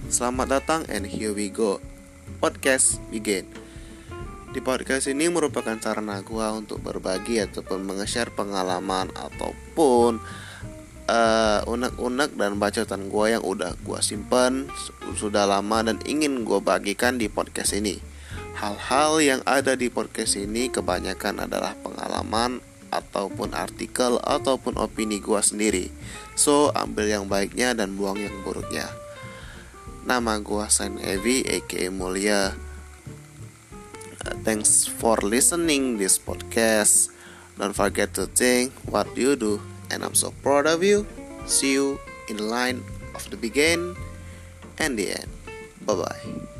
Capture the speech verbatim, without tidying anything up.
Selamat datang and here we go. Podcast begin. Di podcast ini merupakan sarana gue untuk berbagi ataupun menge-share pengalaman ataupun uh, unek-unek dan bacotan gue yang udah gue simpen sudah lama dan ingin gue bagikan di podcast ini. Hal-hal yang ada di podcast ini kebanyakan adalah pengalaman ataupun artikel ataupun opini gue sendiri. So ambil yang baiknya dan buang yang buruknya. Nama gue Sain Evi aka Mulia. uh, Thanks for listening this podcast. Don't forget to think what you do, and I'm so proud of you. See you in line of the begin and the end. Bye bye.